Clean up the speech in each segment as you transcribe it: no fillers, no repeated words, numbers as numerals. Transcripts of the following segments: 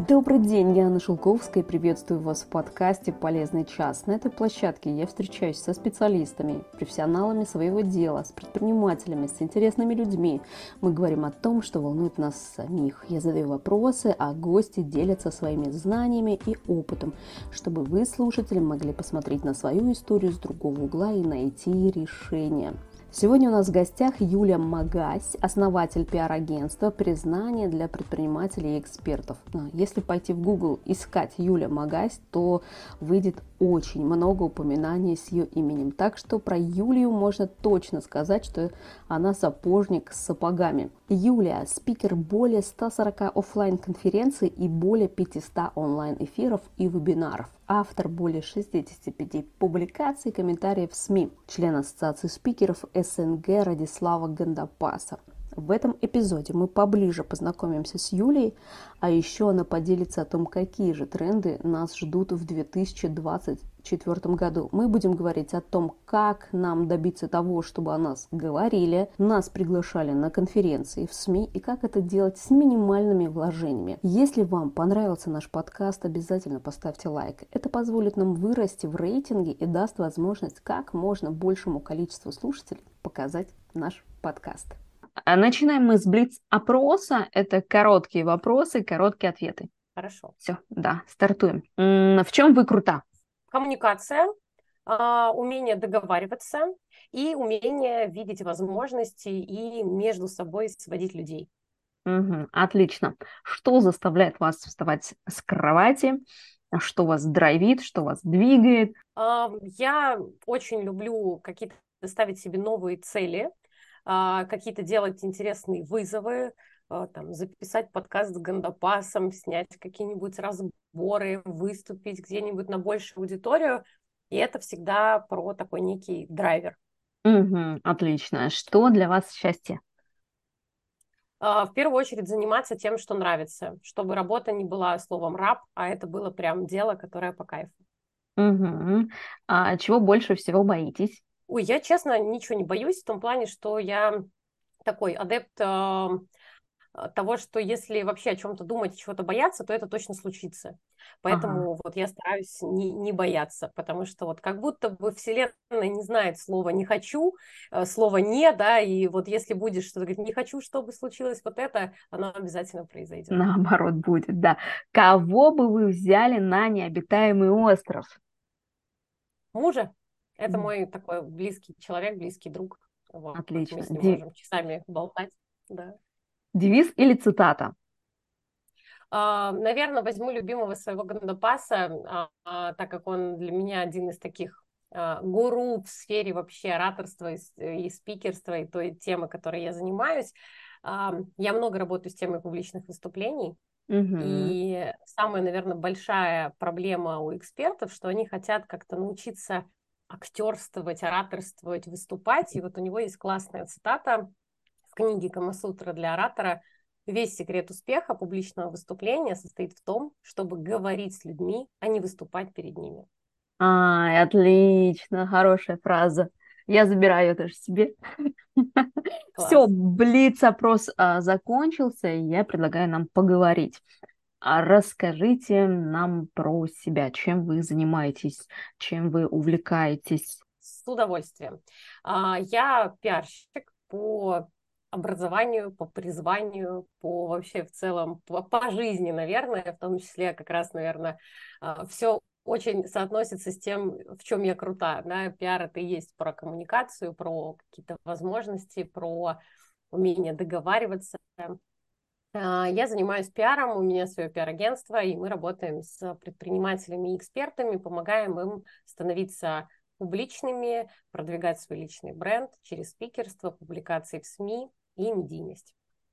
Добрый день, я Анна Шелковская, приветствую вас в подкасте «Полезный час». На этой площадке я встречаюсь со специалистами, профессионалами своего дела, с предпринимателями, с интересными людьми. Мы говорим о том, что волнует нас самих. Я задаю вопросы, а гости делятся своими знаниями и опытом, чтобы вы, слушатели, могли посмотреть на свою историю с другого угла и найти решение. Сегодня у нас в гостях Юлия Магась, основатель пиар-агентства «Признание для предпринимателей и экспертов». Если пойти в Google искать Юлия Магась, то выйдет очень много упоминаний с ее именем. Так что про Юлию можно точно сказать, что она сапожник с сапогами. Юлия – спикер более 140 офлайн-конференций и более 500 онлайн-эфиров и вебинаров. Автор более 65 публикаций и комментариев в СМИ. Член Ассоциации спикеров СНГ Радислава Гандапаса. В этом эпизоде мы поближе познакомимся с Юлией, а еще она поделится о том, какие же тренды нас ждут в 2024 году. Мы будем говорить о том, как нам добиться того, чтобы о нас говорили, нас приглашали на конференции в СМИ и как это делать с минимальными вложениями. Если вам понравился наш подкаст, обязательно поставьте лайк. Это позволит нам вырасти в рейтинге и даст возможность как можно большему количеству слушателей показать наш подкаст. Начинаем мы с блиц-опроса. Это короткие вопросы, короткие ответы. Хорошо. Все, да, стартуем. В чем вы крута? Коммуникация, умение договариваться и умение видеть возможности и между собой сводить людей. Отлично. Что заставляет вас вставать с кровати? Что вас драйвит, что вас двигает? Я очень люблю какие-то ставить себе новые цели, какие-то делать интересные вызовы, там, записать подкаст с Гандапасом, снять какие-нибудь разборы, выступить где-нибудь на большую аудиторию. И это всегда про такой некий драйвер. Отлично. Что для вас счастье? В первую очередь заниматься тем, что нравится, чтобы работа не была словом раб, а это было прям дело, которое по кайфу. А чего больше всего боитесь? Ой, я, честно, ничего не боюсь в том плане, что я такой адепт того, что если вообще о чем-то думать и чего-то бояться, то это точно случится. Ага. Поэтому вот я стараюсь не бояться, потому что вот как будто бы Вселенная не знает слова «не хочу», слова «не», да, и вот если будешь что-то говорить «не хочу, чтобы случилось вот это», оно обязательно произойдет. Наоборот будет, да. Кого бы вы взяли на необитаемый остров? Мужа. Это мой такой близкий человек, близкий друг. Вот, мы Отлично. с ним можем часами болтать. Да. Девиз или цитата? Наверное, возьму любимого своего Гандапаса, так как он для меня один из таких гуру в сфере вообще ораторства и спикерства, и той темы, которой я занимаюсь. Я много работаю с темой публичных выступлений. Угу. И самая, наверное, большая проблема у экспертов, что они хотят как-то научиться актерствовать, ораторствовать, выступать. И вот у него есть классная цитата в книге «Камасутра для оратора». Весь секрет успеха публичного выступления состоит в том, чтобы говорить с людьми, а не выступать перед ними. Ай, отлично, хорошая фраза. Я забираю это же себе. Все, Класс. блиц-опрос закончился, и я предлагаю нам поговорить. Расскажите нам про себя, чем вы занимаетесь, чем вы увлекаетесь. С удовольствием. Я пиарщик по образованию, по призванию, по вообще в целом, по жизни, наверное, в том числе как раз, наверное, все очень соотносится с тем, в чем я крута. Да? Пиар это и есть про коммуникацию, про какие-то возможности, про умение договариваться. Я занимаюсь пиаром, у меня свое пиар-агентство, и мы работаем с предпринимателями и экспертами, помогаем им становиться публичными, продвигать свой личный бренд через спикерство, публикации в СМИ и медийность.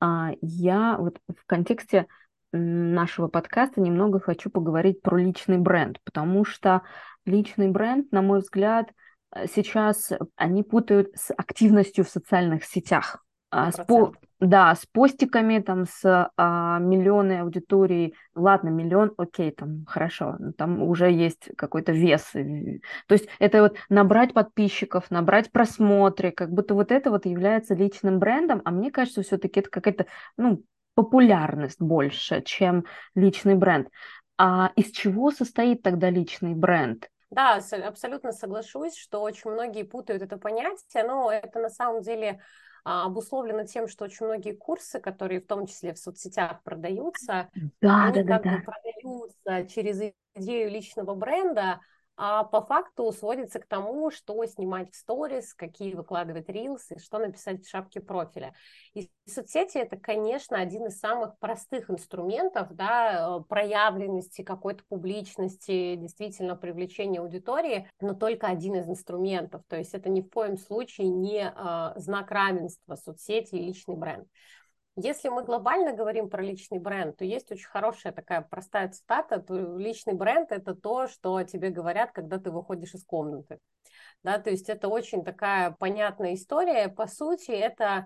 Я вот в контексте нашего подкаста немного хочу поговорить про личный бренд, потому что личный бренд, на мой взгляд, сейчас они путают с активностью в социальных сетях. 100%. Да, с постиками, там, с миллионной аудиторией. Ладно, миллион, окей, там, хорошо, там уже есть какой-то вес. То есть это вот набрать подписчиков, набрать просмотры, как будто вот это вот является личным брендом, а мне кажется, все-таки это какая-то, ну, популярность больше, чем личный бренд. А из чего состоит тогда личный бренд? Да, абсолютно соглашусь, что очень многие путают это понятие, но это на самом деле обусловлено тем, что очень многие курсы, которые в том числе в соцсетях продаются, Да, они да, да, как бы да. продаются через идею личного бренда, а по факту сводится к тому, что снимать в сторис, какие выкладывать рилсы, что написать в шапке профиля. И соцсети это, конечно, один из самых простых инструментов, да, проявленности, какой-то публичности, действительно привлечения аудитории, но только один из инструментов. То есть это ни в коем случае не знак равенства соцсети и личный бренд. Если мы глобально говорим про личный бренд, то есть очень хорошая такая простая цитата, то личный бренд – это то, что о тебе говорят, когда ты выходишь из комнаты. Да, то есть это очень такая понятная история. По сути, это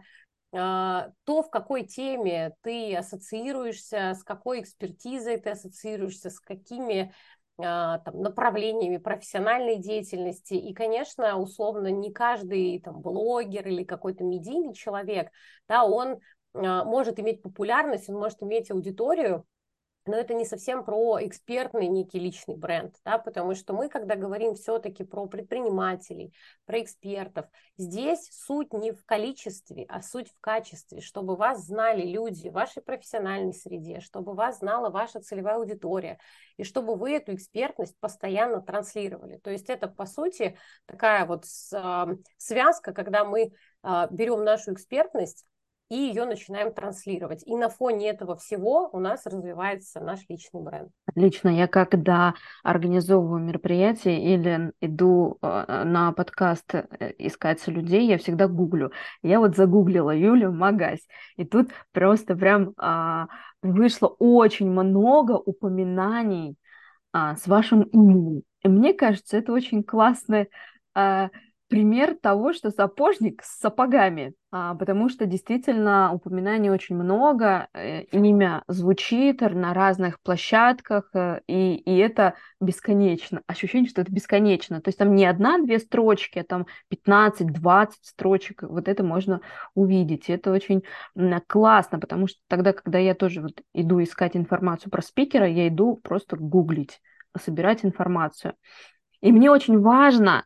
то, в какой теме ты ассоциируешься, с какой экспертизой ты ассоциируешься, с какими там, направлениями профессиональной деятельности. И, конечно, условно, не каждый там, блогер или какой-то медийный человек, да, он может иметь популярность, он может иметь аудиторию, но это не совсем про экспертный некий личный бренд, да, потому что мы, когда говорим все-таки про предпринимателей, про экспертов, здесь суть не в количестве, а суть в качестве, чтобы вас знали люди в вашей профессиональной среде, чтобы вас знала ваша целевая аудитория, и чтобы вы эту экспертность постоянно транслировали. То есть это, по сути, такая вот связка, когда мы берем нашу экспертность, и ее начинаем транслировать. И на фоне этого всего у нас развивается наш личный бренд. Лично я когда организовываю мероприятие или иду на подкаст искать людей, я всегда гуглю. Я вот загуглила Юлю Магась, и тут просто прям вышло очень много упоминаний с вашим именем. И мне кажется, это очень классный а, пример того, что сапожник с сапогами, потому что действительно упоминаний очень много, имя звучит на разных площадках, и это бесконечно. Ощущение, что это бесконечно. То есть там не одна-две строчки, а там 15-20 строчек. Вот это можно увидеть. И это очень классно, потому что тогда, когда я тоже вот иду искать информацию про спикера, я иду просто гуглить, собирать информацию. И мне очень важно,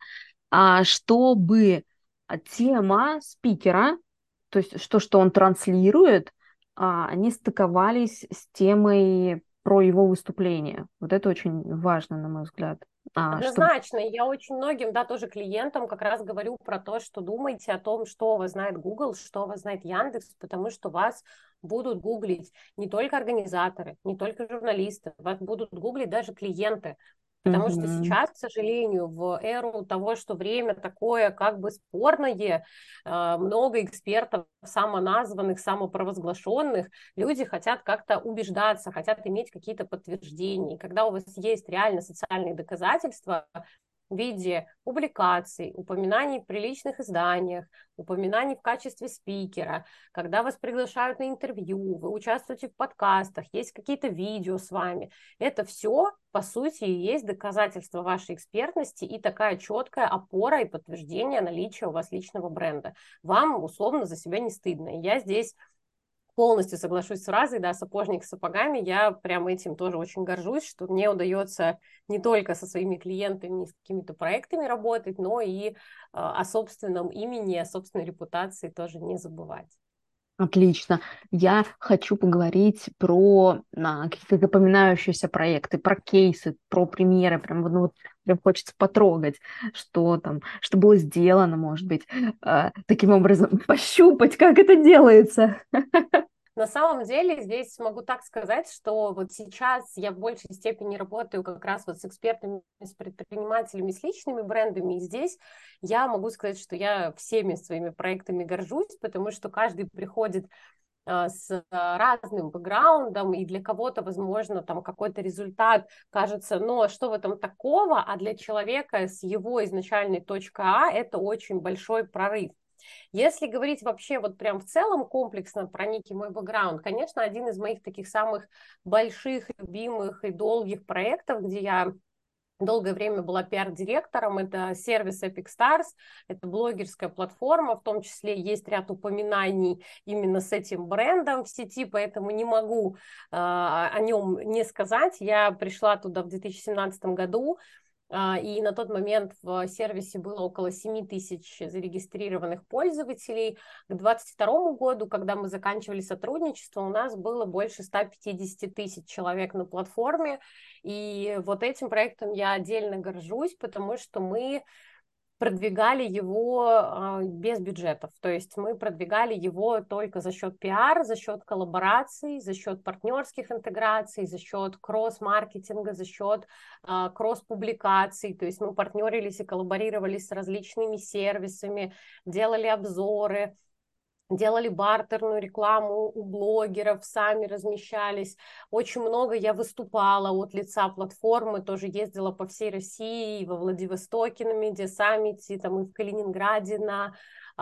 чтобы тема спикера, то есть что он транслирует, они стыковались с темой про его выступление. Вот это очень важно, на мой взгляд. Чтобы... Однозначно, я очень многим, да, тоже клиентам как раз говорю про то, что думайте о том, что вас знает Google, что вас знает Яндекс, потому что вас будут гуглить не только организаторы, не только журналисты, вас будут гуглить даже клиенты. Потому что Мгм. сейчас, к сожалению, в эру того, что время такое как бы спорное, много экспертов самоназванных, самопровозглашенных, люди хотят как-то убеждаться, хотят иметь какие-то подтверждения. И когда у вас есть реально социальные доказательства в виде публикаций, упоминаний в приличных изданиях, упоминаний в качестве спикера, когда вас приглашают на интервью, вы участвуете в подкастах, есть какие-то видео с вами, это все, по сути, и есть доказательство вашей экспертности и такая четкая опора и подтверждение наличия у вас личного бренда. Вам условно за себя не стыдно. И я здесь полностью соглашусь с фразой, да, сапожник с сапогами, я прям этим тоже очень горжусь, что мне удается не только со своими клиентами, с какими-то проектами работать, но и о собственном имени, о собственной репутации тоже не забывать. Отлично. Я хочу поговорить про какие-то запоминающиеся проекты, про кейсы, про примеры. Прям, ну, вот, прям хочется потрогать, что там, что было сделано, может быть, таким образом пощупать, как это делается. На самом деле здесь могу так сказать, что вот сейчас я в большей степени работаю как раз вот с экспертами, с предпринимателями, с личными брендами. И здесь я могу сказать, что я всеми своими проектами горжусь, потому что каждый приходит с разным бэкграундом, и для кого-то, возможно, там какой-то результат кажется, ну, а что в этом такого, а для человека с его изначальной точкой А это очень большой прорыв. Если говорить вообще вот прям в целом комплексно про некий мой бэкграунд, конечно, один из моих таких самых больших, любимых и долгих проектов, где я долгое время была пиар-директором, это сервис Epic Stars, это блогерская платформа, в том числе есть ряд упоминаний именно с этим брендом в сети, поэтому не могу о нем не сказать. Я пришла туда в 2017 году, и на тот момент в сервисе было около 7 тысяч зарегистрированных пользователей. К 2022 году, когда мы заканчивали сотрудничество, у нас было больше 150 тысяч человек на платформе. И вот этим проектом я отдельно горжусь, потому что мы продвигали его без бюджетов. То есть мы продвигали его только за счет пиар, за счет коллабораций, за счет партнерских интеграций, за счет кросс-маркетинга, за счет кросс-публикаций. То есть мы партнерились и коллаборировали с различными сервисами, делали обзоры, делали бартерную рекламу у блогеров, сами размещались. Очень много я выступала от лица платформы, тоже ездила по всей России, и во Владивостоке на медиасаммите, там и в Калининграде на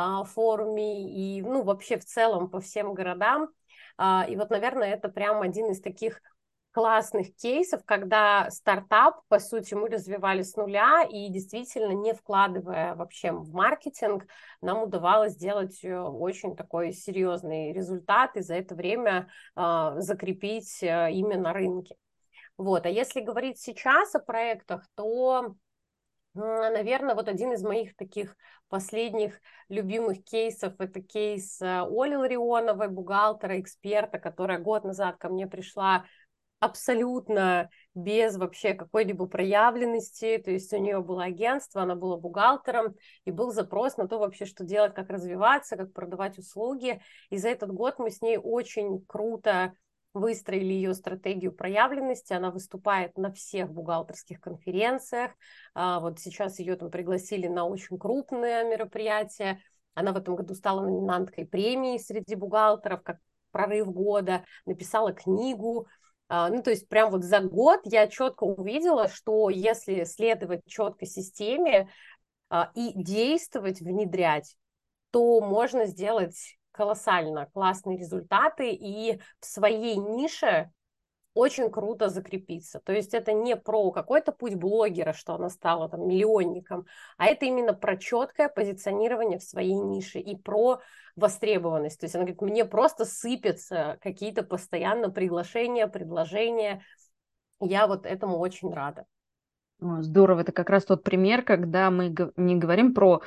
форуме, и ну, вообще в целом по всем городам. И вот, наверное, это прям один из таких классных кейсов, когда стартап, по сути, мы развивали с нуля и действительно не вкладывая вообще в маркетинг, нам удавалось сделать очень такой серьезный результат и за это время закрепить имя на рынке. Вот. А если говорить сейчас о проектах, то, наверное, вот один из моих таких последних любимых кейсов — это кейс Оли Ларионовой, бухгалтера, эксперта, которая год назад ко мне пришла абсолютно без вообще какой-либо проявленности, то есть у нее было агентство, она была бухгалтером, и был запрос на то вообще, что делать, как развиваться, как продавать услуги, и за этот год мы с ней очень круто выстроили ее стратегию проявленности, она выступает на всех бухгалтерских конференциях, вот сейчас ее там пригласили на очень крупное мероприятие, она в этом году стала номинанткой премии среди бухгалтеров, как прорыв года, написала книгу. Ну, то есть прям вот за год я четко увидела, что если следовать четкой системе и действовать, внедрять, то можно сделать колоссально классные результаты и в своей нише очень круто закрепиться. То есть это не про какой-то путь блогера, что она стала там миллионником, а это именно про четкое позиционирование в своей нише и про востребованность. То есть она говорит, мне просто сыпятся какие-то постоянно приглашения, предложения. Я вот этому очень рада. Здорово, это как раз тот пример, когда мы не говорим про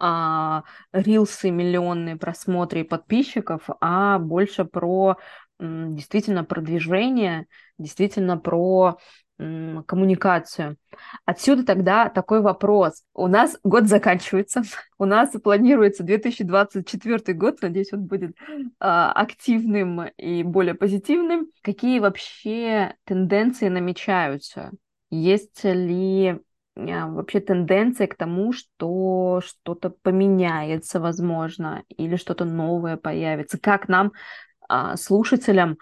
рилсы, миллионные просмотры и подписчиков, а больше про действительно продвижение, действительно про коммуникацию. Отсюда тогда такой вопрос. У нас год заканчивается, у нас планируется 2024 год, надеюсь, он будет активным и более позитивным. Какие вообще тенденции намечаются? Есть ли вообще тенденция к тому, что что-то поменяется, возможно, или что-то новое появится? Как нам, слушателям,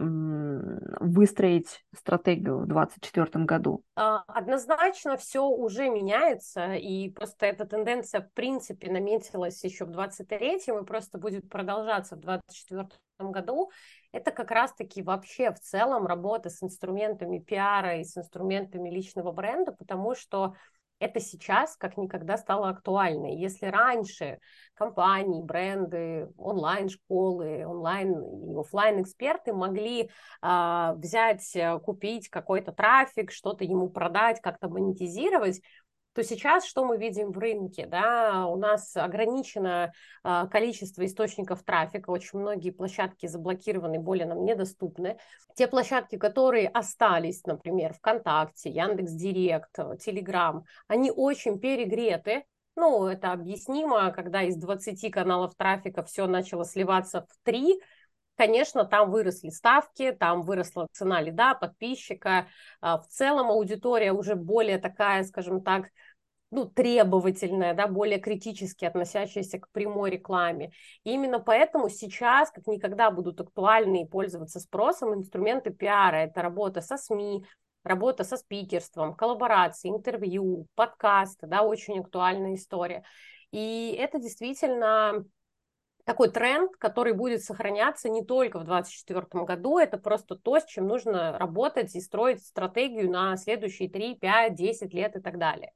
выстроить стратегию в 2024 году? Однозначно все уже меняется, и просто эта тенденция, в принципе, наметилась еще в 23-м и просто будет продолжаться в 24-м году. Это как раз-таки вообще в целом работа с инструментами пиара и с инструментами личного бренда, потому что это сейчас как никогда стало актуально. И если раньше компании, бренды, онлайн-школы, онлайн и офлайн-эксперты могли взять, купить какой-то трафик, что-то ему продать, как-то монетизировать, то сейчас что мы видим в рынке? Да? У нас ограничено количество источников трафика, очень многие площадки заблокированы, более нам недоступны. Те площадки, которые остались, например, ВКонтакте, Яндекс.Директ, Телеграм, они очень перегреты. Ну, это объяснимо, когда из 20 каналов трафика все начало сливаться в 3, конечно, там выросли ставки, там выросла цена лида, подписчика. В целом аудитория уже более такая, скажем так, ну, требовательная, да, более критически относящаяся к прямой рекламе. И именно поэтому сейчас, как никогда, будут актуальны и пользоваться спросом инструменты пиара. Это работа со СМИ, работа со спикерством, коллаборации, интервью, подкасты, да, очень актуальная история. И это действительно такой тренд, который будет сохраняться не только в 2024 году, это просто то, с чем нужно работать и строить стратегию на следующие 3, 5, 10 лет и так далее.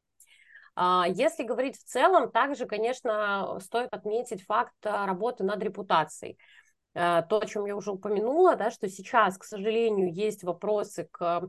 Если говорить в целом, также, конечно, стоит отметить факт работы над репутацией. То, о чем я уже упомянула, да, что сейчас, к сожалению, есть вопросы к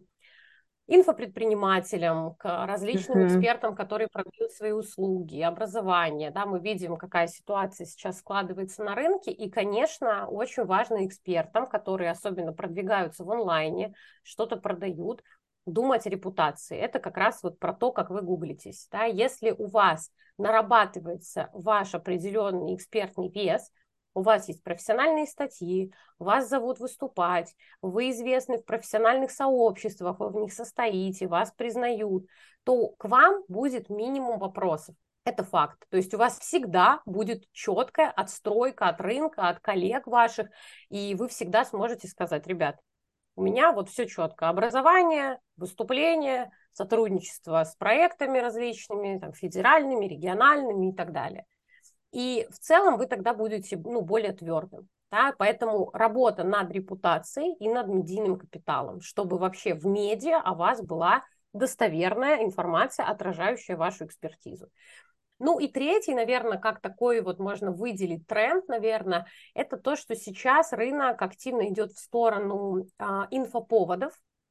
инфопредпринимателям, к различным Мгм. экспертам, которые продают свои услуги, образование. Да, мы видим, какая ситуация сейчас складывается на рынке. И, конечно, очень важно экспертам, которые особенно продвигаются в онлайне, что-то продают, думать о репутации. Это как раз вот про то, как вы гуглитесь. Да. Если у вас нарабатывается ваш определенный экспертный вес, у вас есть профессиональные статьи, вас зовут выступать, вы известны в профессиональных сообществах, вы в них состоите, вас признают, то к вам будет минимум вопросов. Это факт. То есть у вас всегда будет четкая отстройка от рынка, от коллег ваших, и вы всегда сможете сказать: ребят, у меня вот все четко. Образование, выступление, сотрудничество с проектами различными, там, федеральными, региональными и так далее. И в целом вы тогда будете, ну, более твердым. Да? Поэтому работа над репутацией и над медийным капиталом, чтобы вообще в медиа о вас была достоверная информация, отражающая вашу экспертизу. Ну и третий, наверное, как такой вот можно выделить тренд, наверное, это то, что сейчас рынок активно идет в сторону инфоповодов,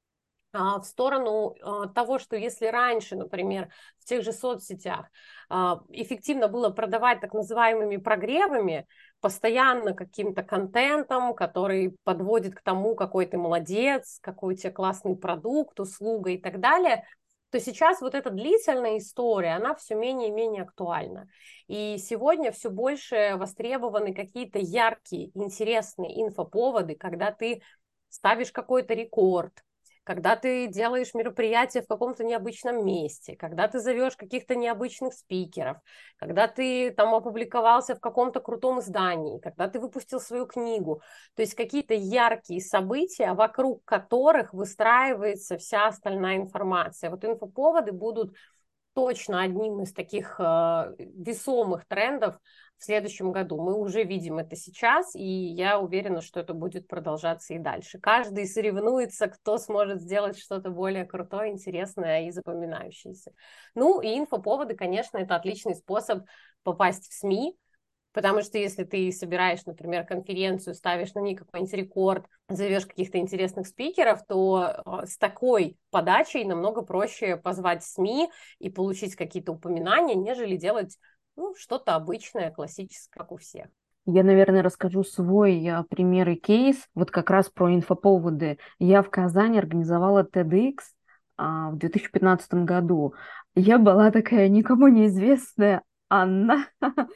в сторону того, что если раньше, например, в тех же соцсетях эффективно было продавать так называемыми прогревами, постоянно каким-то контентом, который подводит к тому, какой ты молодец, какой у тебя классный продукт, услуга и так далее, то сейчас вот эта длительная история, она все менее и менее актуальна. И сегодня все больше востребованы какие-то яркие, интересные инфоповоды, когда ты ставишь какой-то рекорд, когда ты делаешь мероприятие в каком-то необычном месте, когда ты зовешь каких-то необычных спикеров, когда ты там опубликовался в каком-то крутом издании, когда ты выпустил свою книгу. То есть какие-то яркие события, вокруг которых выстраивается вся остальная информация. Вот инфоповоды будут точно одним из таких весомых трендов в следующем году. Мы уже видим это сейчас, и я уверена, что это будет продолжаться и дальше. Каждый соревнуется, кто сможет сделать что-то более крутое, интересное и запоминающееся. Ну и инфоповоды, конечно, это отличный способ попасть в СМИ, потому что если ты собираешь, например, конференцию, ставишь на ней какой-нибудь рекорд, зовешь каких-то интересных спикеров, то с такой подачей намного проще позвать СМИ и получить какие-то упоминания, нежели делать, ну, что-то обычное, классическое, как у всех. Я, наверное, расскажу свой пример и кейс, вот как раз про инфоповоды. Я в Казани организовала TEDx в 2015 году. Я была такая никому неизвестная Анна.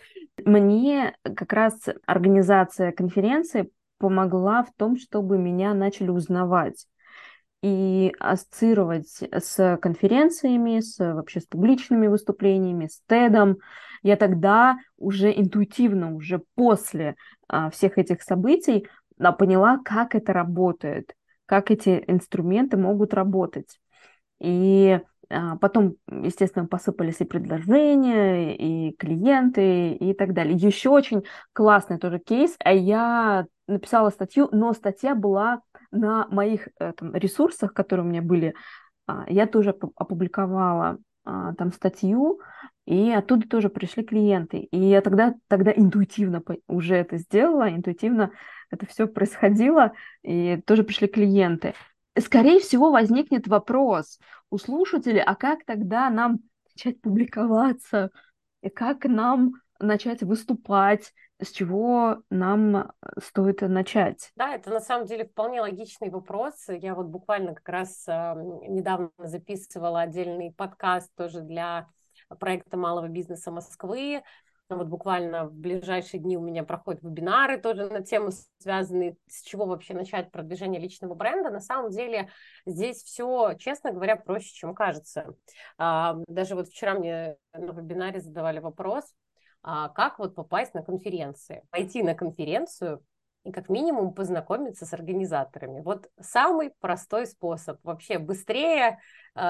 Мне как раз организация конференции помогла в том, чтобы меня начали узнавать и ассоциировать с конференциями, вообще с публичными выступлениями, с TED. Я тогда уже интуитивно, уже после всех этих событий поняла, как это работает, как эти инструменты могут работать. И потом, естественно, посыпались и предложения, и клиенты, и так далее. Еще очень классный тоже кейс. Я написала статью, но статья была на моих там, ресурсах, которые у меня были. Я тоже опубликовала там статью, и оттуда тоже пришли клиенты. И я тогда интуитивно уже это сделала, интуитивно это все происходило, и тоже пришли клиенты. Скорее всего, возникнет вопрос у слушателей, а как тогда нам начать публиковаться, и как нам начать выступать, с чего нам стоит начать? Да, это на самом деле вполне логичный вопрос. Я вот буквально как раз недавно записывала отдельный подкаст тоже для проекта малого бизнеса Москвы. Вот буквально в ближайшие дни у меня проходят вебинары тоже на тему, связанные с чего вообще начать продвижение личного бренда. На самом деле здесь все, честно говоря, проще, чем кажется. Даже вот вчера мне на вебинаре задавали вопрос, как вот попасть на конференции. Пойти на конференцию и как минимум познакомиться с организаторами. Вот самый простой способ. Вообще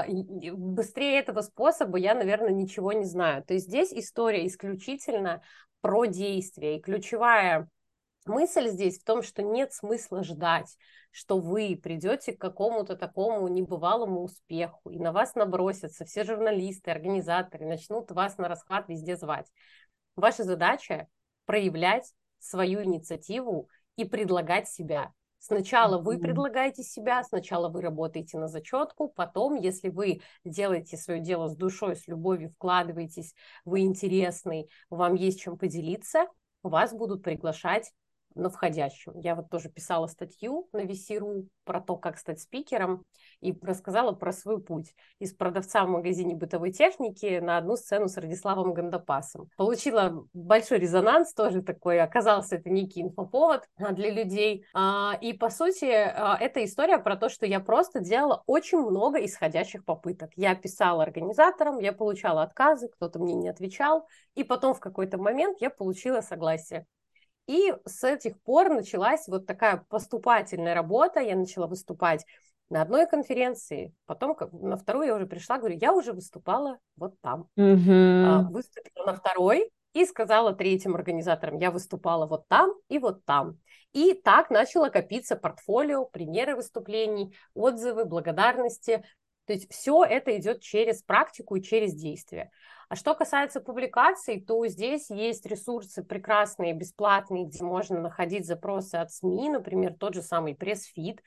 быстрее этого способа я, наверное, ничего не знаю. То есть здесь история исключительно про действие. И ключевая мысль здесь в том, что нет смысла ждать, что вы придете к какому-то такому небывалому успеху, и на вас набросятся все журналисты, организаторы, начнут вас на расхват везде звать. Ваша задача проявлять свою инициативу и предлагать себя. Сначала вы предлагаете себя, сначала вы работаете на зачетку, потом, если вы делаете свое дело с душой, с любовью, вкладываетесь, вы интересный, вам есть чем поделиться, вас будут приглашать на входящую. Я вот тоже писала статью на VC.ru про то, как стать спикером, и рассказала про свой путь из продавца в магазине бытовой техники на одну сцену с Радиславом Гандапасом. Получила большой резонанс тоже такой, оказался это некий инфоповод для людей. И, по сути, это история про то, что я просто делала очень много исходящих попыток. Я писала организаторам, я получала отказы, кто-то мне не отвечал, и потом в какой-то момент я получила согласие. И с этих пор началась вот такая поступательная работа. Я начала выступать на одной конференции, потом на вторую я уже пришла, говорю, я уже выступала вот там. Выступила на второй и сказала третьим организаторам, я выступала вот там и вот там. И так начало копиться портфолио, примеры выступлений, отзывы, благодарности. То есть все это идет через практику и через действие. А что касается публикаций, то здесь есть ресурсы прекрасные, бесплатные, где можно находить запросы от СМИ, например, тот же самый пресс-фид,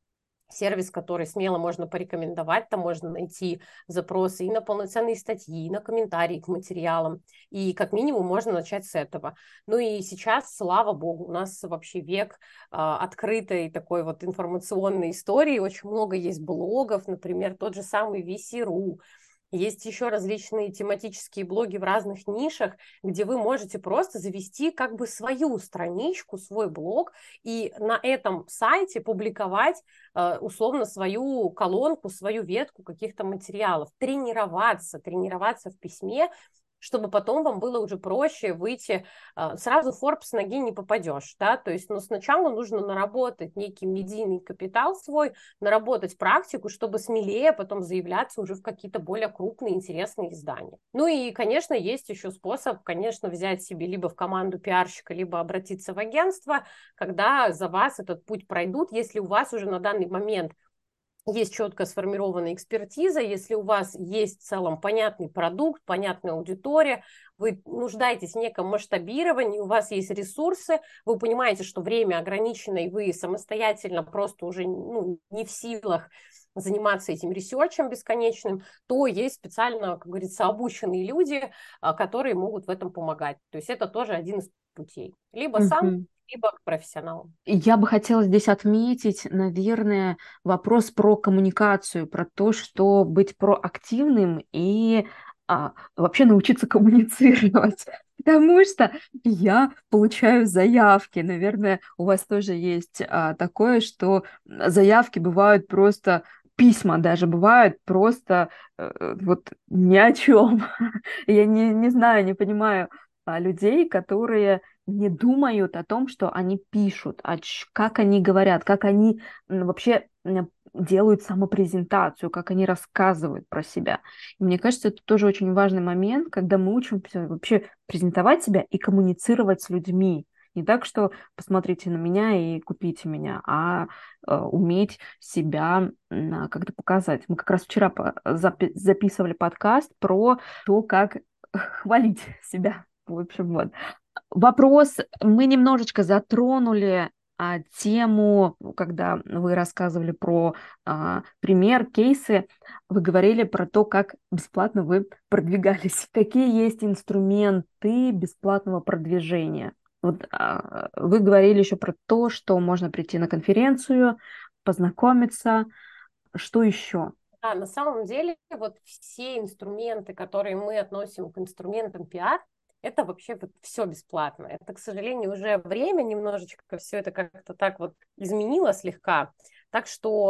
сервис, который смело можно порекомендовать, там можно найти запросы и на полноценные статьи, и на комментарии к материалам, и как минимум можно начать с этого. Ну и сейчас, слава богу, у нас вообще век открытой такой вот информационной истории, очень много есть блогов, например, тот же самый VC.ru, есть еще различные тематические блоги в разных нишах, где вы можете просто завести как бы свою страничку, свой блог, и на этом сайте публиковать условно свою колонку, свою ветку каких-то материалов, тренироваться в письме, чтобы потом вам было уже проще выйти, сразу в Forbes ноги не попадешь, да, то есть, но сначала нужно наработать некий медийный капитал свой, наработать практику, чтобы смелее потом заявляться уже в какие-то более крупные, интересные издания. Ну и, конечно, есть еще способ, конечно, взять себе либо в команду пиарщика, либо обратиться в агентство, когда за вас этот путь пройдут, если у вас уже на данный момент есть четко сформированная экспертиза, если у вас есть в целом понятный продукт, понятная аудитория, вы нуждаетесь в неком масштабировании, у вас есть ресурсы, вы понимаете, что время ограничено, и вы самостоятельно просто уже не в силах заниматься этим ресерчем бесконечным, то есть специально, как говорится, обученные люди, которые могут в этом помогать. То есть это тоже один из путей. Либо сам, либо к профессионалам. Я бы хотела здесь отметить, наверное, вопрос про коммуникацию, про то, что быть проактивным и вообще научиться коммуницировать. Потому что я получаю заявки. Наверное, у вас тоже есть такое, что заявки бывают просто, письма даже бывают просто вот ни о чем. Я не знаю, не понимаю людей, которые не думают о том, что они пишут, как они говорят, как они вообще делают самопрезентацию, как они рассказывают про себя. И мне кажется, это тоже очень важный момент, когда мы учимся вообще презентовать себя и коммуницировать с людьми. Не так, что посмотрите на меня и купите меня, а уметь себя как-то показать. Мы как раз вчера записывали подкаст про то, как хвалить себя. В общем, вот. Вопрос, мы немножечко затронули тему, когда вы рассказывали про пример, кейсы, вы говорили про то, как бесплатно вы продвигались. Какие есть инструменты бесплатного продвижения? Вот, вы говорили еще про то, что можно прийти на конференцию, познакомиться. Что еще? Да, на самом деле вот все инструменты, которые мы относим к инструментам пиар, это вообще вот все бесплатно. Это, к сожалению, уже время немножечко все это как-то так вот изменило слегка. Так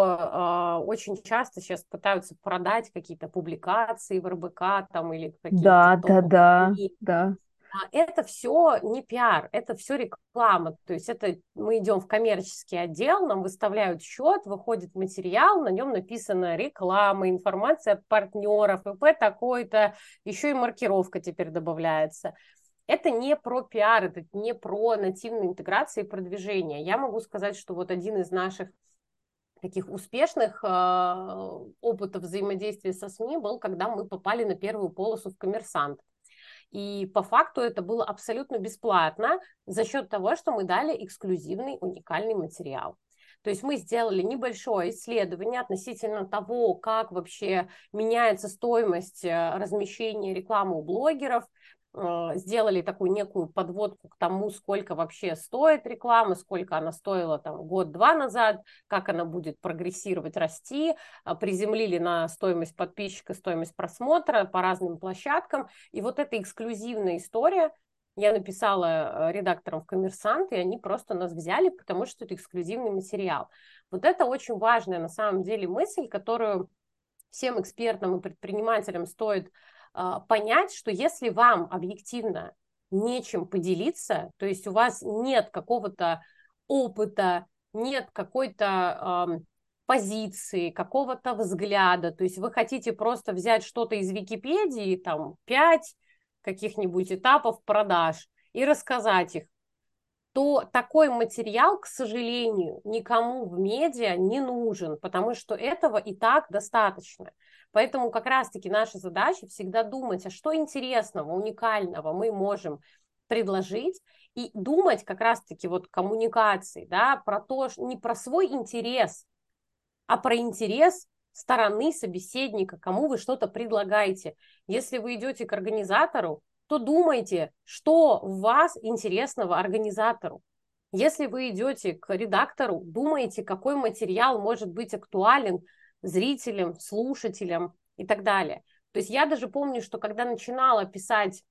что очень часто сейчас пытаются продать какие-то публикации в РБК там или каких-то топовых СМИ. Да. Это все не пиар, это все реклама. То есть это мы идем в коммерческий отдел, нам выставляют счет, выходит материал, на нем написана реклама, информация от партнеров, ИП такой-то, еще и маркировка теперь добавляется. Это не про пиар, это не про нативную интеграцию и продвижение. Я могу сказать, что вот один из наших таких успешных опытов взаимодействия со СМИ был, когда мы попали на первую полосу в «Коммерсант». И по факту это было абсолютно бесплатно за счет того, что мы дали эксклюзивный, уникальный материал. То есть мы сделали небольшое исследование относительно того, как вообще меняется стоимость размещения рекламы у блогеров, сделали такую некую подводку к тому, сколько вообще стоит реклама, сколько она стоила там год-два назад, как она будет прогрессировать, расти, приземлили на стоимость подписчика, стоимость просмотра по разным площадкам. И вот эта эксклюзивная история я написала редакторам в «Коммерсант», и они просто нас взяли, потому что это эксклюзивный материал. Вот это очень важная на самом деле мысль, которую всем экспертам и предпринимателям стоит понять, что если вам объективно нечем поделиться, то есть у вас нет какого-то опыта, нет какой-то позиции, какого-то взгляда, то есть вы хотите просто взять что-то из Википедии, там 5 каких-нибудь этапов продаж и рассказать их, то такой материал, к сожалению, никому в медиа не нужен, потому что этого и так достаточно. Поэтому как раз-таки наша задача всегда думать, а что интересного, уникального мы можем предложить, и думать как раз-таки вот коммуникации, да, про то, не про свой интерес, а про интерес стороны собеседника, кому вы что-то предлагаете. Если вы идете к организатору, то думайте, что в вас интересного организатору. Если вы идете к редактору, думайте, какой материал может быть актуален зрителям, слушателям и так далее. То есть я даже помню, что когда начинала писать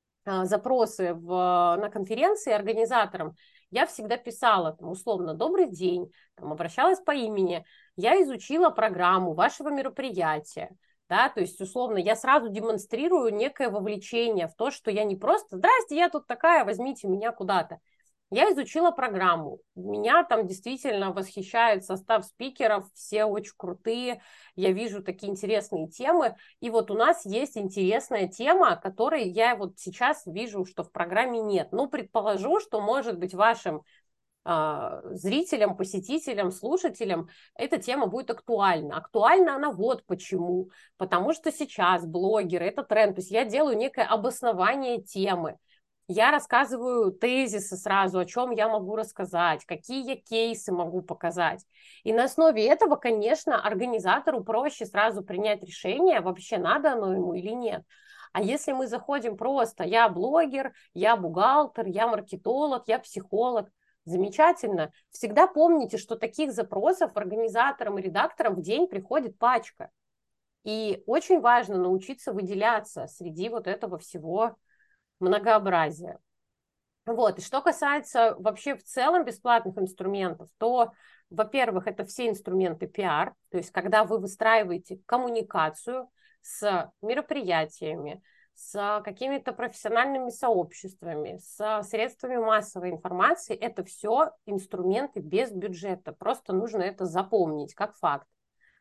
запросы на конференции организаторам, я всегда писала, там, условно, «Добрый день», там, обращалась по имени, я изучила программу вашего мероприятия, да, то есть, условно, я сразу демонстрирую некое вовлечение в то, что я не просто «Здрасте, я тут такая, возьмите меня куда-то». Я изучила программу. Меня там действительно восхищает состав спикеров, все очень крутые. Я вижу такие интересные темы. И вот у нас есть интересная тема, которой я вот сейчас вижу, что в программе нет. Ну, предположу, что, может быть, вашим зрителям, посетителям, слушателям эта тема будет актуальна. Актуальна она вот почему. Потому что сейчас блогеры, это тренд. То есть я делаю некое обоснование темы. Я рассказываю тезисы сразу, о чем я могу рассказать, какие я кейсы могу показать. И на основе этого, конечно, организатору проще сразу принять решение, вообще надо оно ему или нет. А если мы заходим просто, я блогер, я бухгалтер, я маркетолог, я психолог, замечательно. Всегда помните, что таких запросов организаторам и редакторам в день приходит пачка. И очень важно научиться выделяться среди вот этого всего многообразия. Вот. И что касается вообще в целом бесплатных инструментов, то, во-первых, это все инструменты пиар, то есть когда вы выстраиваете коммуникацию с мероприятиями, с какими-то профессиональными сообществами, с средствами массовой информации, это все инструменты без бюджета, просто нужно это запомнить как факт.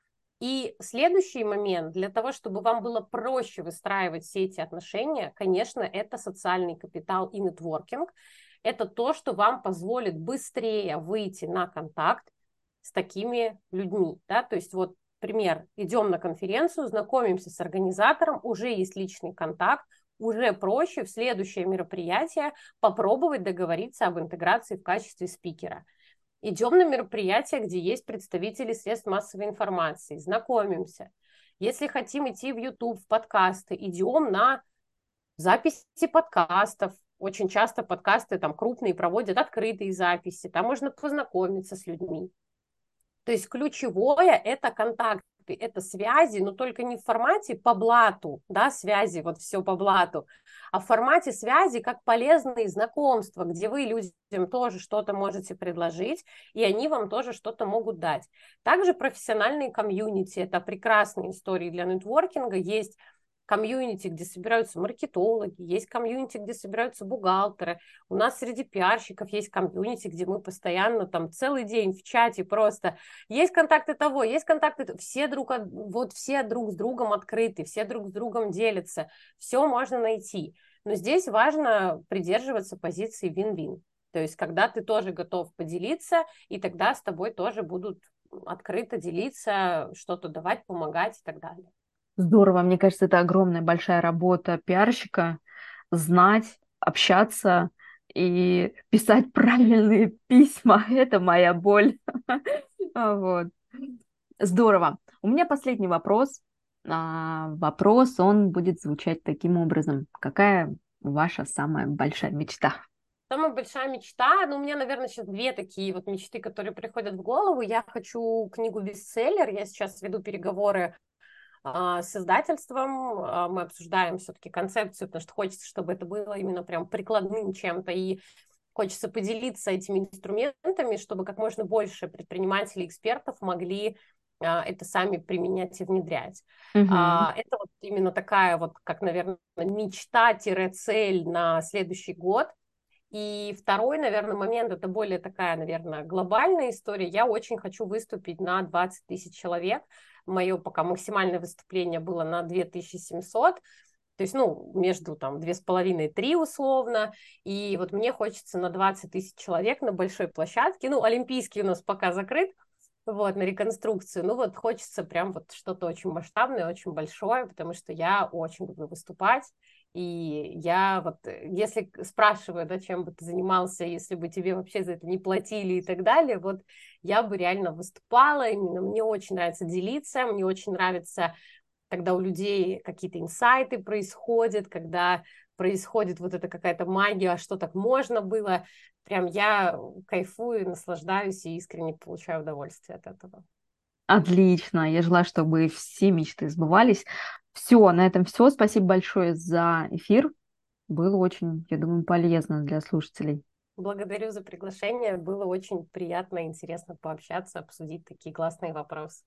И следующий момент, для того, чтобы вам было проще выстраивать все эти отношения, конечно, это социальный капитал и нетворкинг. Это то, что вам позволит быстрее выйти на контакт с такими людьми. Да? То есть вот пример, идем на конференцию, знакомимся с организатором, уже есть личный контакт, уже проще в следующее мероприятие попробовать договориться об интеграции в качестве спикера. Идем на мероприятие, где есть представители средств массовой информации, знакомимся. Если хотим идти в YouTube, в подкасты, идем на записи подкастов. Очень часто подкасты там крупные проводят открытые записи, там можно познакомиться с людьми. То есть ключевое – это контакты, это связи, но только не в формате по блату, да, связи, вот все по блату, а в формате связи как полезные знакомства, где вы людям тоже что-то можете предложить, и они вам тоже что-то могут дать. Также профессиональные комьюнити – это прекрасные истории для нетворкинга, есть комьюнити, где собираются маркетологи, есть комьюнити, где собираются бухгалтеры. У нас среди пиарщиков есть комьюнити, где мы постоянно там целый день в чате просто. Есть контакты того, есть контакты, все все друг с другом открыты, все друг с другом делятся, все можно найти. Но здесь важно придерживаться позиции win-win. То есть, когда ты тоже готов поделиться, и тогда с тобой тоже будут открыто делиться, что-то давать, помогать и так далее. Здорово, мне кажется, это огромная большая работа пиарщика, знать, общаться и писать правильные письма. Это моя боль. Вот. Здорово. У меня последний вопрос. Вопрос, он будет звучать таким образом. Какая ваша самая большая мечта? Самая большая мечта, ну, у меня, наверное, сейчас две такие вот мечты, которые приходят в голову. Я хочу книгу-бестселлер, я сейчас веду переговоры с издательством, мы обсуждаем все-таки концепцию, потому что хочется, чтобы это было именно прям прикладным чем-то, и хочется поделиться этими инструментами, чтобы как можно больше предпринимателей, экспертов могли это сами применять и внедрять. Мгм. Это вот именно такая вот, как, наверное, мечта-цель на следующий год. И второй, наверное, момент, это более такая, наверное, глобальная история. Я очень хочу выступить на 20 тысяч человек. Мое пока максимальное выступление было на 2700. То есть, ну, между там 2,5 и 3 условно. И вот мне хочется на 20 тысяч человек на большой площадке. Ну, Олимпийский у нас пока закрыт, вот, на реконструкцию. Ну, вот хочется прям вот что-то очень масштабное, очень большое, потому что я очень люблю выступать. И я вот, если спрашиваю, да, чем бы ты занимался, если бы тебе вообще за это не платили и так далее, вот я бы реально выступала, именно мне очень нравится делиться, мне очень нравится, когда у людей какие-то инсайты происходят, когда происходит вот эта какая-то магия, а что так можно было, прям я кайфую, наслаждаюсь и искренне получаю удовольствие от этого. Отлично. Я желаю, чтобы все мечты сбывались. Все, на этом все. Спасибо большое за эфир. Было очень, я думаю, полезно для слушателей. Благодарю за приглашение, было очень приятно и интересно пообщаться, обсудить такие классные вопросы.